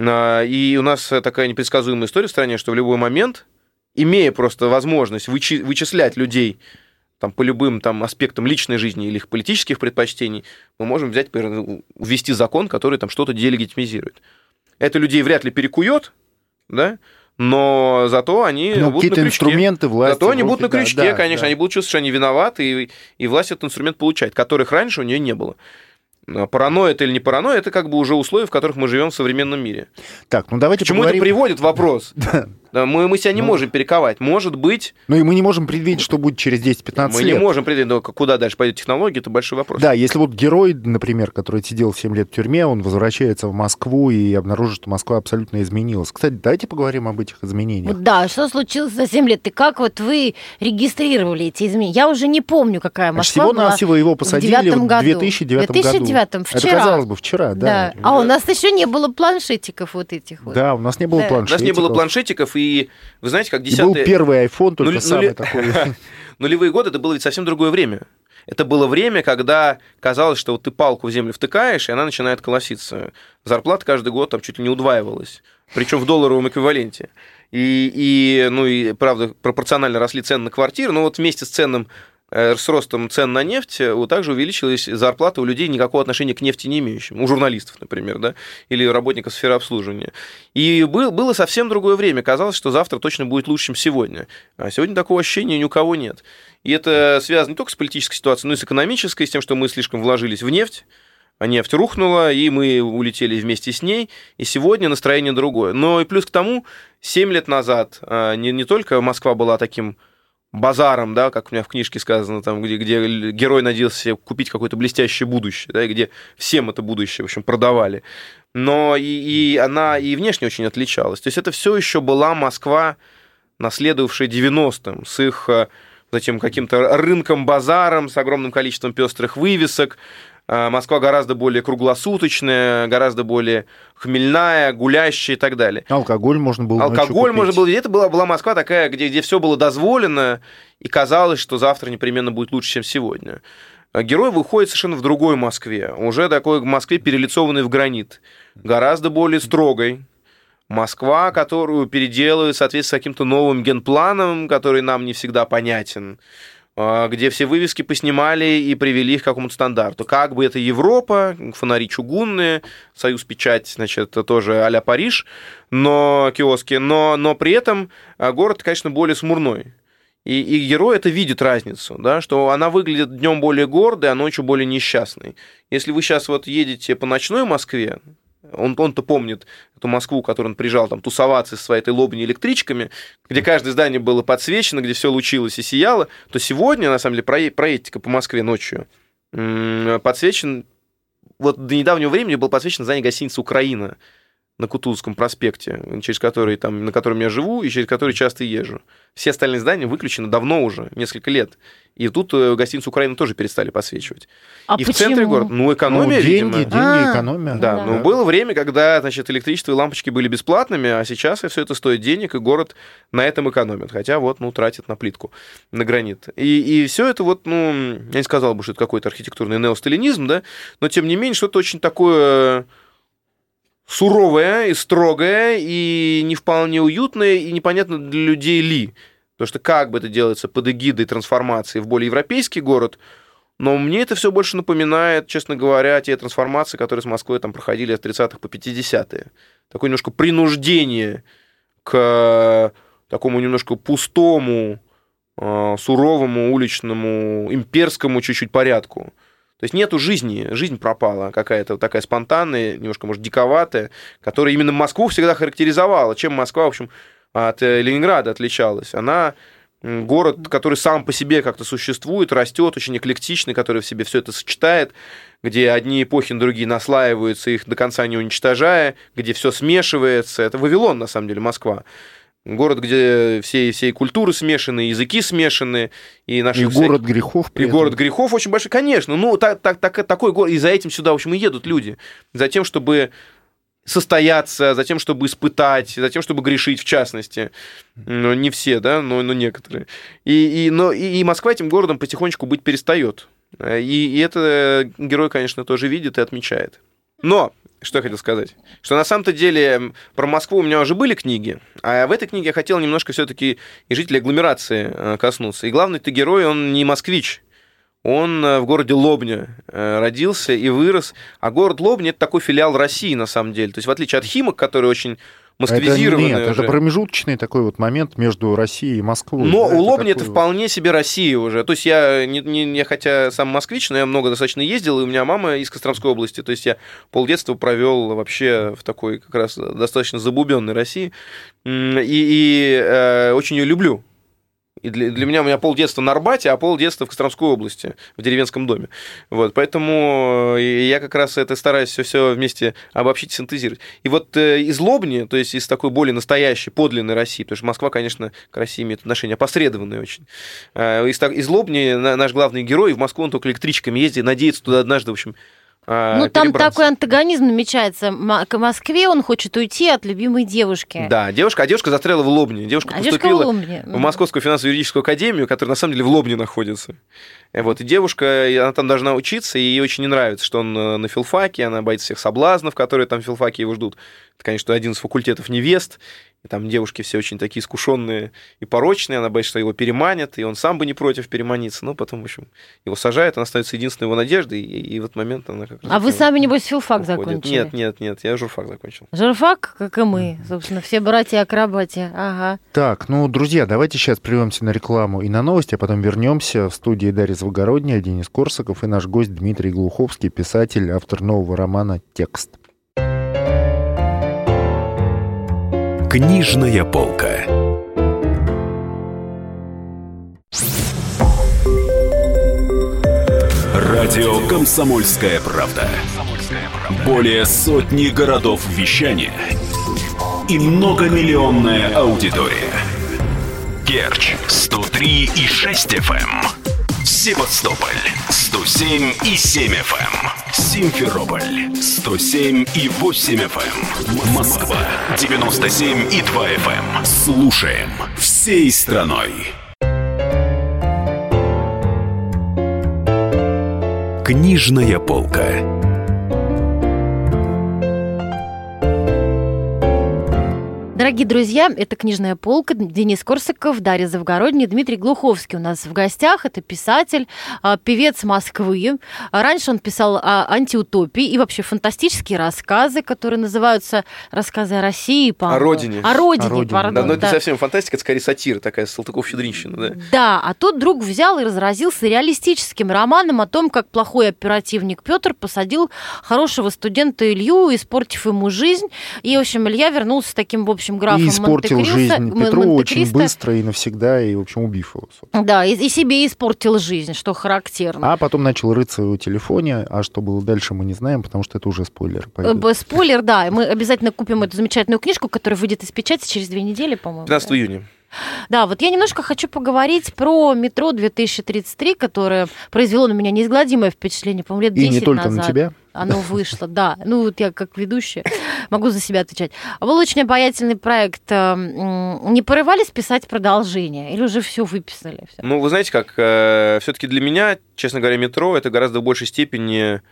И у нас такая непредсказуемая история в стране, что в любой момент, имея просто возможность вычи- вычислять людей там, по любым там, аспектам личной жизни или их политических предпочтений, мы можем взять, ввести закон, который там что-то делегитимизирует. Это людей вряд ли перекует, да? Но зато они ну, будут на крючке. Инструменты власти. Зато они будут на крючке, да, конечно, да. Они будут чувствовать, что они виноваты, и, и власть этот инструмент получает, которых раньше у нее не было. Паранойя это или не паранойя, это как бы уже условия, в которых мы живем в современном мире. Так, ну давайте К чему поговорим... это приводит, вопрос? Да, мы, мы себя не ну, можем перековать. Может быть... Ну и мы не можем предвидеть, что будет через десять-пятнадцать мы лет. Мы не можем предвидеть, но куда дальше пойдет технология, это большой вопрос. Да, если вот герой, например, который сидел семь лет в тюрьме, он возвращается в Москву и обнаружит, что Москва абсолютно изменилась. Кстати, давайте поговорим об этих изменениях. Да, что случилось за семь лет? И как вот вы регистрировали эти изменения? Я уже не помню, какая Москва была. Всего-навсего его посадили в две тысячи девятом году. В две тысячи девятом, вчера. Это, казалось бы, вчера, да. да. А у нас еще не было планшетиков вот этих вот. Да, у нас не было да. планшетиков. У нас не было планшетиков, и вы знаете, как десятые... И был первый iPhone, только Нули... самый Нули... такой. Нулевые годы, это было ведь совсем другое время. Это было время, когда казалось, что вот ты палку в землю втыкаешь, и она начинает колоситься. Зарплата каждый год там чуть ли не удваивалась, причем в долларовом эквиваленте. И, и, ну, и, правда, пропорционально росли цены на квартиры, но вот вместе с ценным с ростом цен на нефть вот также увеличилась зарплата у людей, никакого отношения к нефти не имеющим, у журналистов, например, да, или работников сферы обслуживания. И был, было совсем другое время. Казалось, что завтра точно будет лучше, чем сегодня. А сегодня такого ощущения ни у кого нет. И это связано не только с политической ситуацией, но и с экономической, с тем, что мы слишком вложились в нефть, а нефть рухнула, и мы улетели вместе с ней, и сегодня настроение другое. Но и плюс к тому, семь лет назад не, не только Москва была таким базаром, да, как у меня в книжке сказано, там, где, где герой надеялся себе купить какое-то блестящее будущее, да, и где всем это будущее, в общем, продавали. Но и, и она и внешне очень отличалась. То есть это все еще была Москва, наследовавшая девяностым, с их затем каким-то рынком-базаром, с огромным количеством пестрых вывесок. Москва гораздо более круглосуточная, гораздо более хмельная, гулящая и так далее. Алкоголь можно было Алкоголь можно было. Это была, была Москва такая, где, где все было дозволено, и казалось, что завтра непременно будет лучше, чем сегодня. герой выходит совершенно в другой Москве, уже такой Москве, перелицованной в гранит, гораздо более строгой. Москва, которую переделывают в соответствии с каким-то новым генпланом, который нам не всегда понятен, где все вывески поснимали и привели их к какому-то стандарту. Как бы это Европа, фонари чугунные, Союз Печать, значит, тоже а-ля Париж, но киоски, но, но при этом город, конечно, более смурной. И, и герой это видит разницу, да, что она выглядит днем более гордой, а ночью более несчастной. Если вы сейчас вот едете по ночной Москве, он, он-то помнит эту Москву, которую он приезжал там тусоваться со своей этой Лобни электричками, где каждое здание было подсвечено, где все лучилось и сияло, то сегодня, на самом деле, проедьте-ка по Москве ночью, подсвечен, вот до недавнего времени было подсвечено здание гостиницы «Украина» на Кутузовском проспекте, через который, там, на котором я живу и через который часто езжу. Все остальные здания выключены давно уже, несколько лет. И тут гостиницу «Украина» тоже перестали подсвечивать. А и почему? В центре города, ну, экономия, ну, деньги, видимо. деньги, А, экономия. Да, да. но было время, когда, значит, электричество и лампочки были бесплатными, а сейчас все это стоит денег, и город на этом экономит. Хотя вот, ну, тратит на плитку, на гранит. И, и все это вот, ну, я не сказал бы, что это какой-то архитектурный неосталинизм, да, но тем не менее, что-то очень такое суровое и строгое, и не вполне уютное, и непонятно для людей ли. Потому что как бы это делается под эгидой трансформации в более европейский город, но мне это все больше напоминает, честно говоря, те трансформации, которые с Москвой там проходили от тридцатых по пятидесятые. Такое немножко принуждение к такому немножко пустому, суровому, уличному, имперскому чуть-чуть порядку. То есть нету жизни, жизнь пропала какая-то такая спонтанная, немножко, может, диковатая, которая именно Москву всегда характеризовала. Чем Москва, в общем, от Ленинграда отличалась? Она город, который сам по себе как-то существует, растет, очень эклектичный, который в себе все это сочетает, где одни эпохи на другие наслаиваются, их до конца не уничтожая, где все смешивается. Это Вавилон, на самом деле, Москва. Город, где все, все культуры смешаны, языки смешаны. И, наши и всякие... город грехов. И город грехов очень большой, конечно. Ну, так, так, так, такой город, и за этим сюда, в общем, и едут люди. За тем, чтобы состояться, за тем, чтобы испытать, за тем, чтобы грешить, в частности. Но не все, да, но, но некоторые. И, и, но, и, и Москва этим городом потихонечку быть перестает. И, и это герой, конечно, тоже видит и отмечает. Но... Что я хотел сказать? Что на самом-то деле про Москву у меня уже были книги, а в этой книге я хотел немножко все-таки и жителей агломерации коснуться. И главный-то герой, он не москвич. Он в городе Лобня родился и вырос. А город Лобня – это такой филиал России, на самом деле. То есть в отличие от Химок, который очень москвизированный. Это, нет, уже. Это промежуточный такой вот момент между Россией и Москвой. Но да, у Лобни это, это вполне себе Россия уже. То есть я, не, не, я хотя сам москвич, но я много достаточно ездил, и у меня мама из Костромской области. То есть я полдетства провел вообще в такой как раз достаточно забубенной России. И, и э, очень ее люблю. И для, для меня у меня полдетства на Арбате, а полдетства в Костромской области, в деревенском доме. Вот, поэтому я как раз это стараюсь все вместе обобщить и синтезировать. И вот из Лобни, то есть из такой более настоящей, подлинной России, потому что Москва, конечно, к России имеет отношение опосредованное очень. Из, из Лобни наш главный герой в Москву он только электричками ездит, надеется туда однажды, в общем, Ну, там такой антагонизм намечается. К Москве он хочет уйти от любимой девушки. Да, девушка, а девушка застряла в Лобне. Девушка а поступила девушка в, в Московскую финансово-юридическую академию, которая на самом деле в Лобне находится. Вот, и девушка, она там должна учиться, и ей очень не нравится, что он на филфаке, она боится всех соблазнов, которые там в филфаке его ждут. Это, конечно, один из факультетов невест. И там девушки все очень такие искушенные и порочные, она боится, что его переманят, и он сам бы не против переманиться, но потом, в общем, его сажают, она остается единственной его надеждой, и, и в этот момент она как раз... А вы сами, небось, филфак уходит. закончили? Нет, нет, нет, я журфак закончил. Журфак, как и мы, собственно, все братья-акробаты, ага. Так, ну, друзья, давайте сейчас прервемся на рекламу и на новости, а потом вернемся в студии Дарья Завгородняя, Денис Корсаков и наш гость Дмитрий Глуховский, писатель, автор нового романа «Текст». Книжная полка. Радио «Комсомольская правда». Более сотни городов вещания и многомиллионная аудитория. Керчь сто три и шесть эф эм, Севастополь сто семь и семь эф эм, Симферополь сто семь и восемь эф эм, Москва девяносто семь и два эф эм. Слушаем всей страной. Книжная полка. Дорогие друзья, это «Книжная полка». Денис Корсаков, Дарья Завгородняя, Дмитрий Глуховский у нас в гостях. Это писатель, певец Москвы. Раньше он писал антиутопии и вообще фантастические рассказы, которые называются «Рассказы о России». О родине. О родине, О родине. пардон. Да, но это да. не совсем фантастика, это скорее сатира, такая Салтыков-Щедринщина. Да? Да, а тут друг взял и разразился реалистическим романом о том, как плохой оперативник Петр посадил хорошего студента Илью, испортив ему жизнь. И, в общем, Илья вернулся с таким, в общем, графом И испортил Монте-Кристо, жизнь Петру очень Монте-Кристо. быстро и навсегда, и, в общем, убив его. собственно. Да, и, и себе испортил жизнь, что характерно. А потом начал рыться в его телефоне, а что было дальше, мы не знаем, потому что это уже спойлер. пойдет. Э, Спойлер, да. Мы обязательно купим эту замечательную книжку, которая выйдет из печати через две недели, по-моему. пятнадцатого да? июня. Да, вот я немножко хочу поговорить про «Метро две тысячи тридцать три», которое произвело на меня неизгладимое впечатление, по-моему, лет И десять не только назад. на тебя. Оно вышло, да. Ну, вот я как ведущая могу за себя отвечать. Был очень обаятельный проект. Не порывались писать продолжение? Или уже все выписали? Всё? Ну, вы знаете как, э, все-таки для меня, честно говоря, «Метро» — это гораздо в большей степени...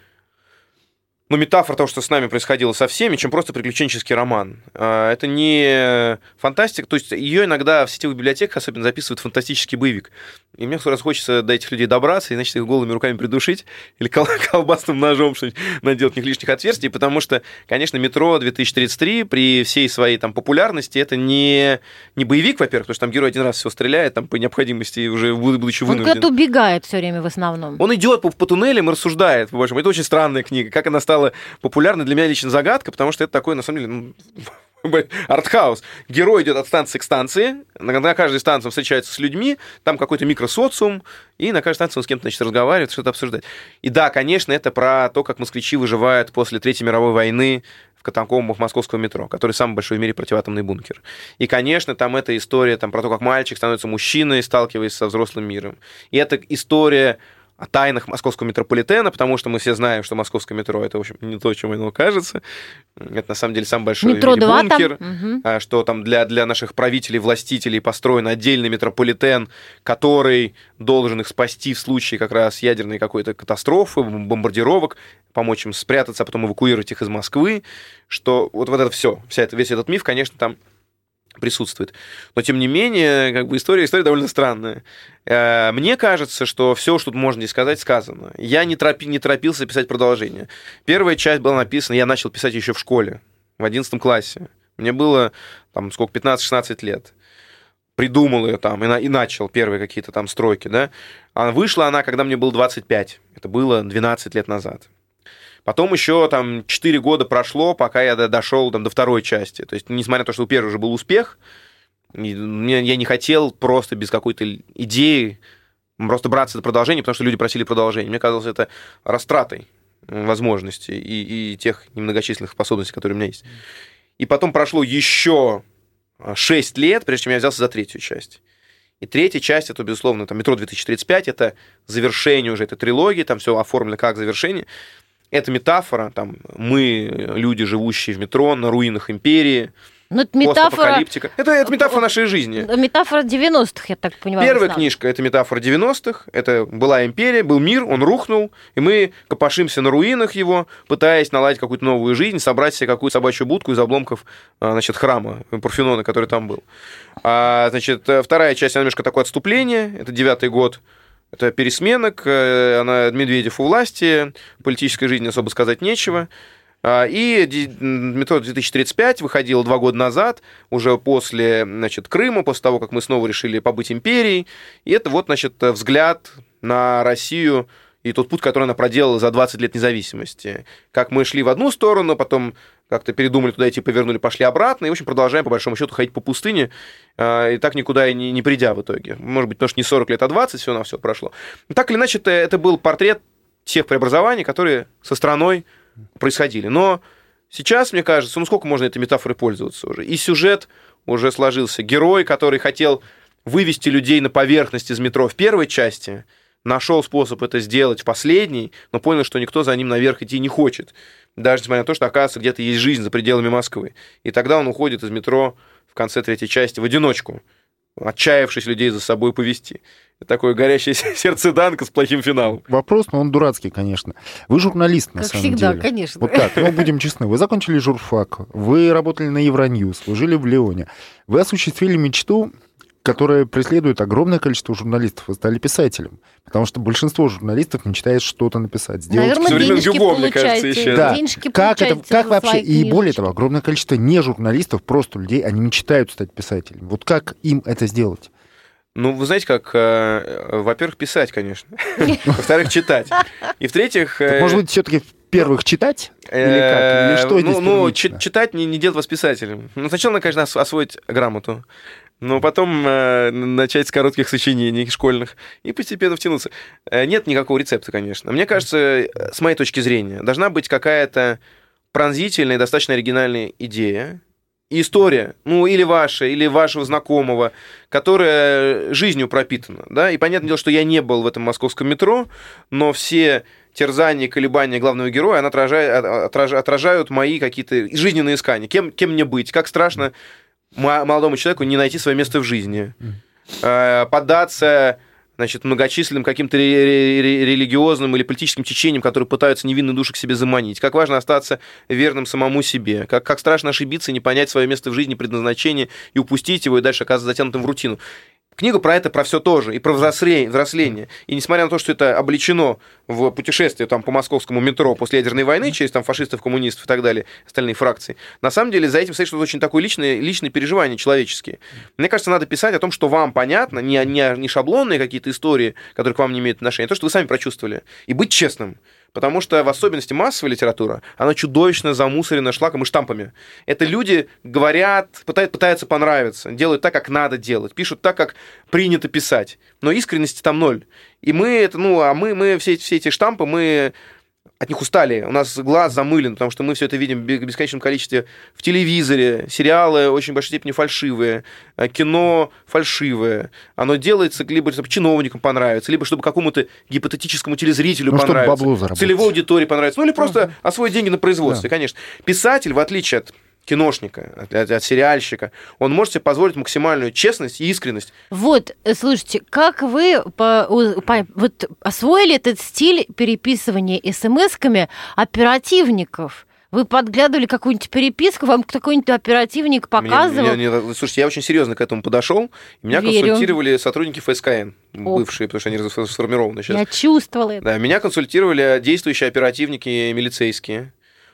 Ну, метафора того, что с нами происходило со всеми, чем просто приключенческий роман. Это не фантастика, то есть ее иногда в сетевых библиотеках особенно записывают фантастический боевик. И мне сразу хочется до этих людей добраться и, значит, их голыми руками придушить или колбасным ножом что-нибудь наделать в них лишних отверстий, потому что, конечно, «Метро две тысячи тридцать три» при всей своей там популярности это не, не боевик, во-первых, потому что там герой один раз все стреляет, там по необходимости уже будучи Он вынужден. куда-то убегает все время в основном. Он идет по, по туннелям и рассуждает, по большому. Это очень странная книга. Как она стала популярной, для меня лично загадка, потому что это такой, на самом деле, ну, артхаус. Герой идет от станции к станции, на, на каждой станции он встречается с людьми, там какой-то микросоциум, и на каждой станции он с кем-то, значит, разговаривает, что-то обсуждает. И да, конечно, это про то, как москвичи выживают после Третьей мировой войны в катакомбах московского метро, который самый большой в мире противоатомный бункер. И, конечно, там эта история там, про то, как мальчик становится мужчиной, сталкиваясь со взрослым миром. И это история о тайнах московского метрополитена, потому что мы все знаем, что московское метро — это, в общем, не то, чем оно кажется. Это, на самом деле, самый большой метро в мире два бункер, там. Угу. что там для, для наших правителей, властителей построен отдельный метрополитен, который должен их спасти в случае как раз ядерной какой-то катастрофы, бомбардировок, помочь им спрятаться, а потом эвакуировать их из Москвы, что вот, вот это все, вся это, весь этот миф, конечно, там присутствует. Но, тем не менее, как бы история, история довольно странная. Мне кажется, что все, что тут можно здесь сказать, сказано. Я не, торопи, не торопился писать продолжение. Первая часть была написана, я начал писать еще в школе, в одиннадцатом классе. Мне было, там, сколько, пятнадцать-шестнадцать лет. Придумал ее там и, на, и начал первые какие-то там строки, да. А вышла она, когда мне было двадцать пять. Это было двенадцать лет назад. Потом еще там четыре года прошло, пока я дошел там, до второй части. То есть, несмотря на то, что у первой уже был успех, я не хотел просто без какой-то идеи просто браться за продолжение, потому что люди просили продолжения. Мне казалось, это растратой возможностей и, и тех немногочисленных способностей, которые у меня есть. И потом прошло еще шесть лет, прежде чем я взялся за третью часть. И третья часть, это, безусловно, там, «Метро две тысячи тридцать пять», это завершение уже этой трилогии, там все оформлено как завершение. Это метафора, там, мы, люди, живущие в метро, на руинах империи, ну, это метафора... Это, это метафора нашей жизни. Метафора девяностых, я так понимаю. Первая книжка — это метафора девяностых, это была империя, был мир, он рухнул, и мы копошимся на руинах его, пытаясь наладить какую-то новую жизнь, собрать себе какую-то собачью будку из обломков, значит, храма Парфенона, который там был. А, значит, вторая часть, она немножко такое отступление, это девятый год, это пересменок, она, Медведев у власти, политической жизни особо сказать нечего. И «Метро две тысячи тридцать пять» выходило два года назад, уже после, значит, Крыма, после того, как мы снова решили побыть империей. И это вот, значит, взгляд на Россию и тот путь, который она проделала за двадцать лет независимости. Как мы шли в одну сторону, потом как-то передумали туда идти, повернули, пошли обратно, и, в общем, продолжаем, по большому счету, ходить по пустыне, и так никуда и не, не придя в итоге. Может быть, потому что не сорок лет, а двадцать, все на все прошло. Так или иначе, это, это был портрет тех преобразований, которые со страной происходили. Но сейчас, мне кажется, ну сколько можно этой метафорой пользоваться уже? И сюжет уже сложился. Герой, который хотел вывести людей на поверхность из метро в первой части, нашел способ это сделать в последней, но понял, что никто за ним наверх идти не хочет. Даже несмотря на то, что, оказывается, где-то есть жизнь за пределами Москвы. И тогда он уходит из метро в конце третьей части в одиночку. отчаявшись людей за собой повести. Такое горящее сердце Данка с плохим финалом. Вопрос, но он дурацкий, конечно. Вы журналист, на Как самом всегда, деле. конечно. Вот так, ну, будем честны. Вы закончили журфак, вы работали на Евроньюз, вы жили в Лионе. Вы осуществили мечту, которая преследует огромное количество журналистов. Вы стали писателем. Потому что большинство журналистов мечтает что-то написать. Сделать... Наверное, денежки любовь, мне кажется, получаете. еще. Да. Денежки Как, это, получаете как за вообще, свои и более книжечки. того, огромное количество не журналистов, просто людей, они мечтают стать писателями. Вот как им это сделать? Ну, вы знаете, как, э, во-первых, писать, конечно. Во-вторых, читать. И в-третьих... Так, может быть, все-таки в-первых читать? Или как? Или что ну, здесь ну, первично? читать не, не делать вас писателем. Ну, сначала надо, конечно, ос- освоить грамоту, но потом э, начать с коротких сочинений школьных и постепенно втянуться. Э, нет никакого рецепта, конечно. Мне кажется, э, с моей точки зрения, должна быть какая-то пронзительная и достаточно оригинальная идея, история, ну, или ваша, или вашего знакомого, которая жизнью пропитана, да, и понятное дело, что я не был в этом московском метро, но все терзания, колебания главного героя, они отражают, отражают, отражают мои какие-то жизненные искания. Кем, кем мне быть? Как страшно молодому человеку не найти свое место в жизни, поддаться, значит, многочисленным каким-то религиозным или политическим течениям, которые пытаются невинную душу к себе заманить. Как важно остаться верным самому себе. Как, как страшно ошибиться, не понять свое место в жизни, предназначение и упустить его, и дальше оказаться затянутым в рутину. Книга про это, про все тоже, и про взросление, взросление. И несмотря на то, что это облечено в путешествие там, по московскому метро после ядерной войны, через там, фашистов, коммунистов и так далее, остальные фракции, на самом деле за этим стоит что-то очень такое личное, личные переживания человеческие. Мне кажется, надо писать о том, что вам понятно, не, не, не шаблонные какие-то истории, которые к вам не имеют отношения, а то, что вы сами прочувствовали. И быть честным. Потому что в особенности массовая литература, она чудовищно замусорена шлаком и штампами. Это люди говорят, пытаются, пытаются понравиться, делают так, как надо делать, пишут так, как принято писать. Но искренности там ноль. И мы, это, ну, а мы, мы все, все эти штампы, мы от них устали. У нас глаз замылен, потому что мы все это видим в бесконечном количестве в телевизоре. Сериалы очень в большой степени фальшивые, кино фальшивое. Оно делается либо чтобы чиновникам понравится, либо чтобы какому-то гипотетическому телезрителю ну, понравится, целевой аудитории понравится, ну или просто uh-huh. освоить деньги на производстве, да. Конечно. Писатель, в отличие от киношника, от, от, от сериальщика, он может себе позволить максимальную честность и искренность. Вот, слушайте, как вы по, по, вот, освоили этот стиль переписывания смс-ками оперативников? Вы подглядывали какую-нибудь переписку, вам какой-нибудь оперативник показывал? Мне, мне, слушайте, я очень серьезно к этому подошел. Меня Верю. консультировали сотрудники эф эс ка эн, Оп. бывшие, потому что они сформированы сейчас. Я чувствовала это. Да, меня консультировали действующие оперативники милицейские.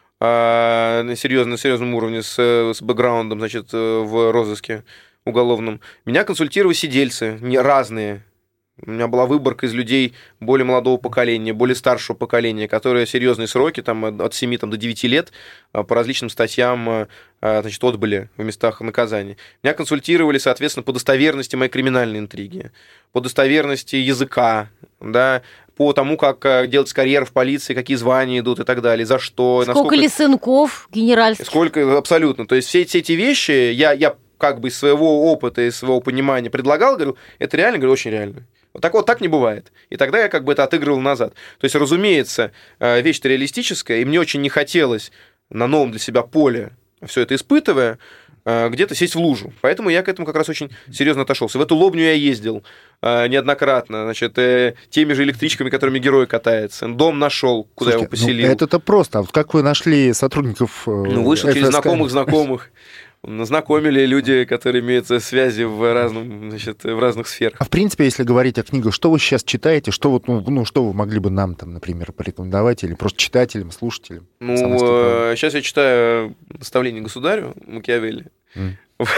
На серьезном, на серьезном уровне, с, с бэкграундом, значит, в розыске уголовном. Меня консультировали сидельцы, не, разные. У меня была выборка из людей более молодого поколения, более старшего поколения, которые серьезные сроки, там, от семи там, до девяти лет, по различным статьям, значит, отбыли в местах наказания. Меня консультировали, соответственно, по достоверности моей криминальной интриги, по достоверности языка, да, по тому, как делать карьеру в полиции, какие звания идут и так далее, за что. Сколько насколько... ли сынков генеральских? Сколько, абсолютно. То есть все, все эти вещи я, я как бы из своего опыта, из своего понимания предлагал, говорю, это реально, говорю, очень реально. Вот так вот так не бывает. И тогда я как бы это отыгрывал назад. То есть, разумеется, вещь-то реалистическая, и мне очень не хотелось на новом для себя поле, все это испытывая, где-то сесть в лужу. Поэтому я к этому как раз очень серьезно отошелся. В эту Лобню я ездил неоднократно, значит, теми же электричками, которыми герой катается. Дом нашел, куда Слушайте, его поселил. Ну, это-то просто. А вот как вы нашли сотрудников? Ну, вышел через знакомых знакомых. Знакомили люди, которые имеют связи в, разном, значит, в разных сферах. А в принципе, если говорить о книгах, что вы сейчас читаете, что, вот, ну, ну, что вы могли бы нам, там, например, порекомендовать, или просто читателям, слушателям? Ну, сейчас я читаю «Наставление государю» Макиавелли. Mm.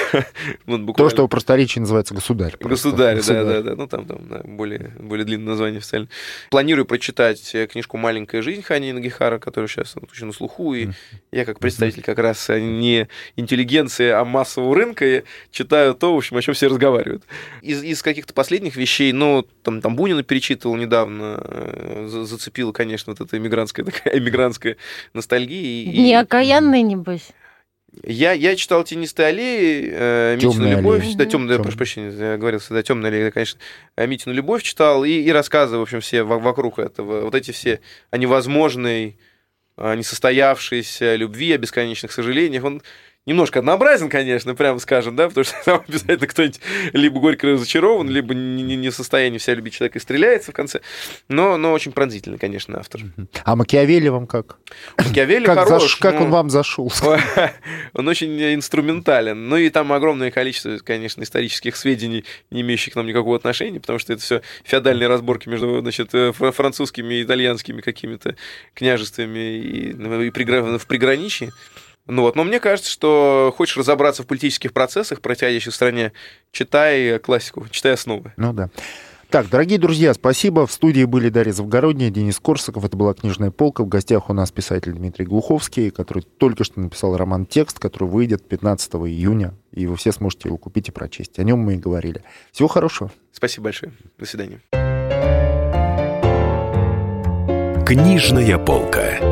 Вот то, что в просторечии называется «Государь». Государь, да, да, да. Ну, там, там да, более, более длинное название официально. Планирую прочитать книжку «Маленькая жизнь» Хани Нагихара, которая сейчас очень на слуху. И я, как представитель как раз не интеллигенции, а массового рынка, читаю то, в общем, о чем все разговаривают. Из, из каких-то последних вещей, ну, там, там Бунина перечитывал недавно, зацепила, конечно, вот эта эмигрантская, такая эмигрантская ностальгия. Не окаянный, небось. Я, я читал «Тенистые аллеи», э, «Митину любовь», аллея. да, темная, прошу прощения, я говорил всегда «Темная аллея», конечно, «Митину любовь» читал, и, и рассказы, в общем, все вокруг этого, вот эти все о невозможной, о несостоявшейся любви, о бесконечных сожалениях. Он немножко однообразен, конечно, прямо скажем, да, потому что там обязательно кто-нибудь либо горько разочарован, либо не, не в состоянии вся любить человека и стреляется в конце, но, но очень пронзительный, конечно, автор. А Макиавелли вам как? Макиавелли как хорош. Заш... Как ну, он вам зашел? Он очень инструментален. Ну и там огромное количество, конечно, исторических сведений, не имеющих к нам никакого отношения, потому что это все феодальные разборки между, значит, французскими и итальянскими какими-то княжествами и, и пригра... в приграничье. Ну вот, но мне кажется, что хочешь разобраться в политических процессах, происходящих в стране, читай классику, читай основы. Ну да. Так, дорогие друзья, спасибо. В студии были Дарья Завгородняя, Денис Корсаков. Это была «Книжная полка». В гостях у нас писатель Дмитрий Глуховский, который только что написал роман «Текст», который выйдет пятнадцатого июня, и вы все сможете его купить и прочесть. О нем мы и говорили. Всего хорошего. Спасибо большое. До свидания. «Книжная полка».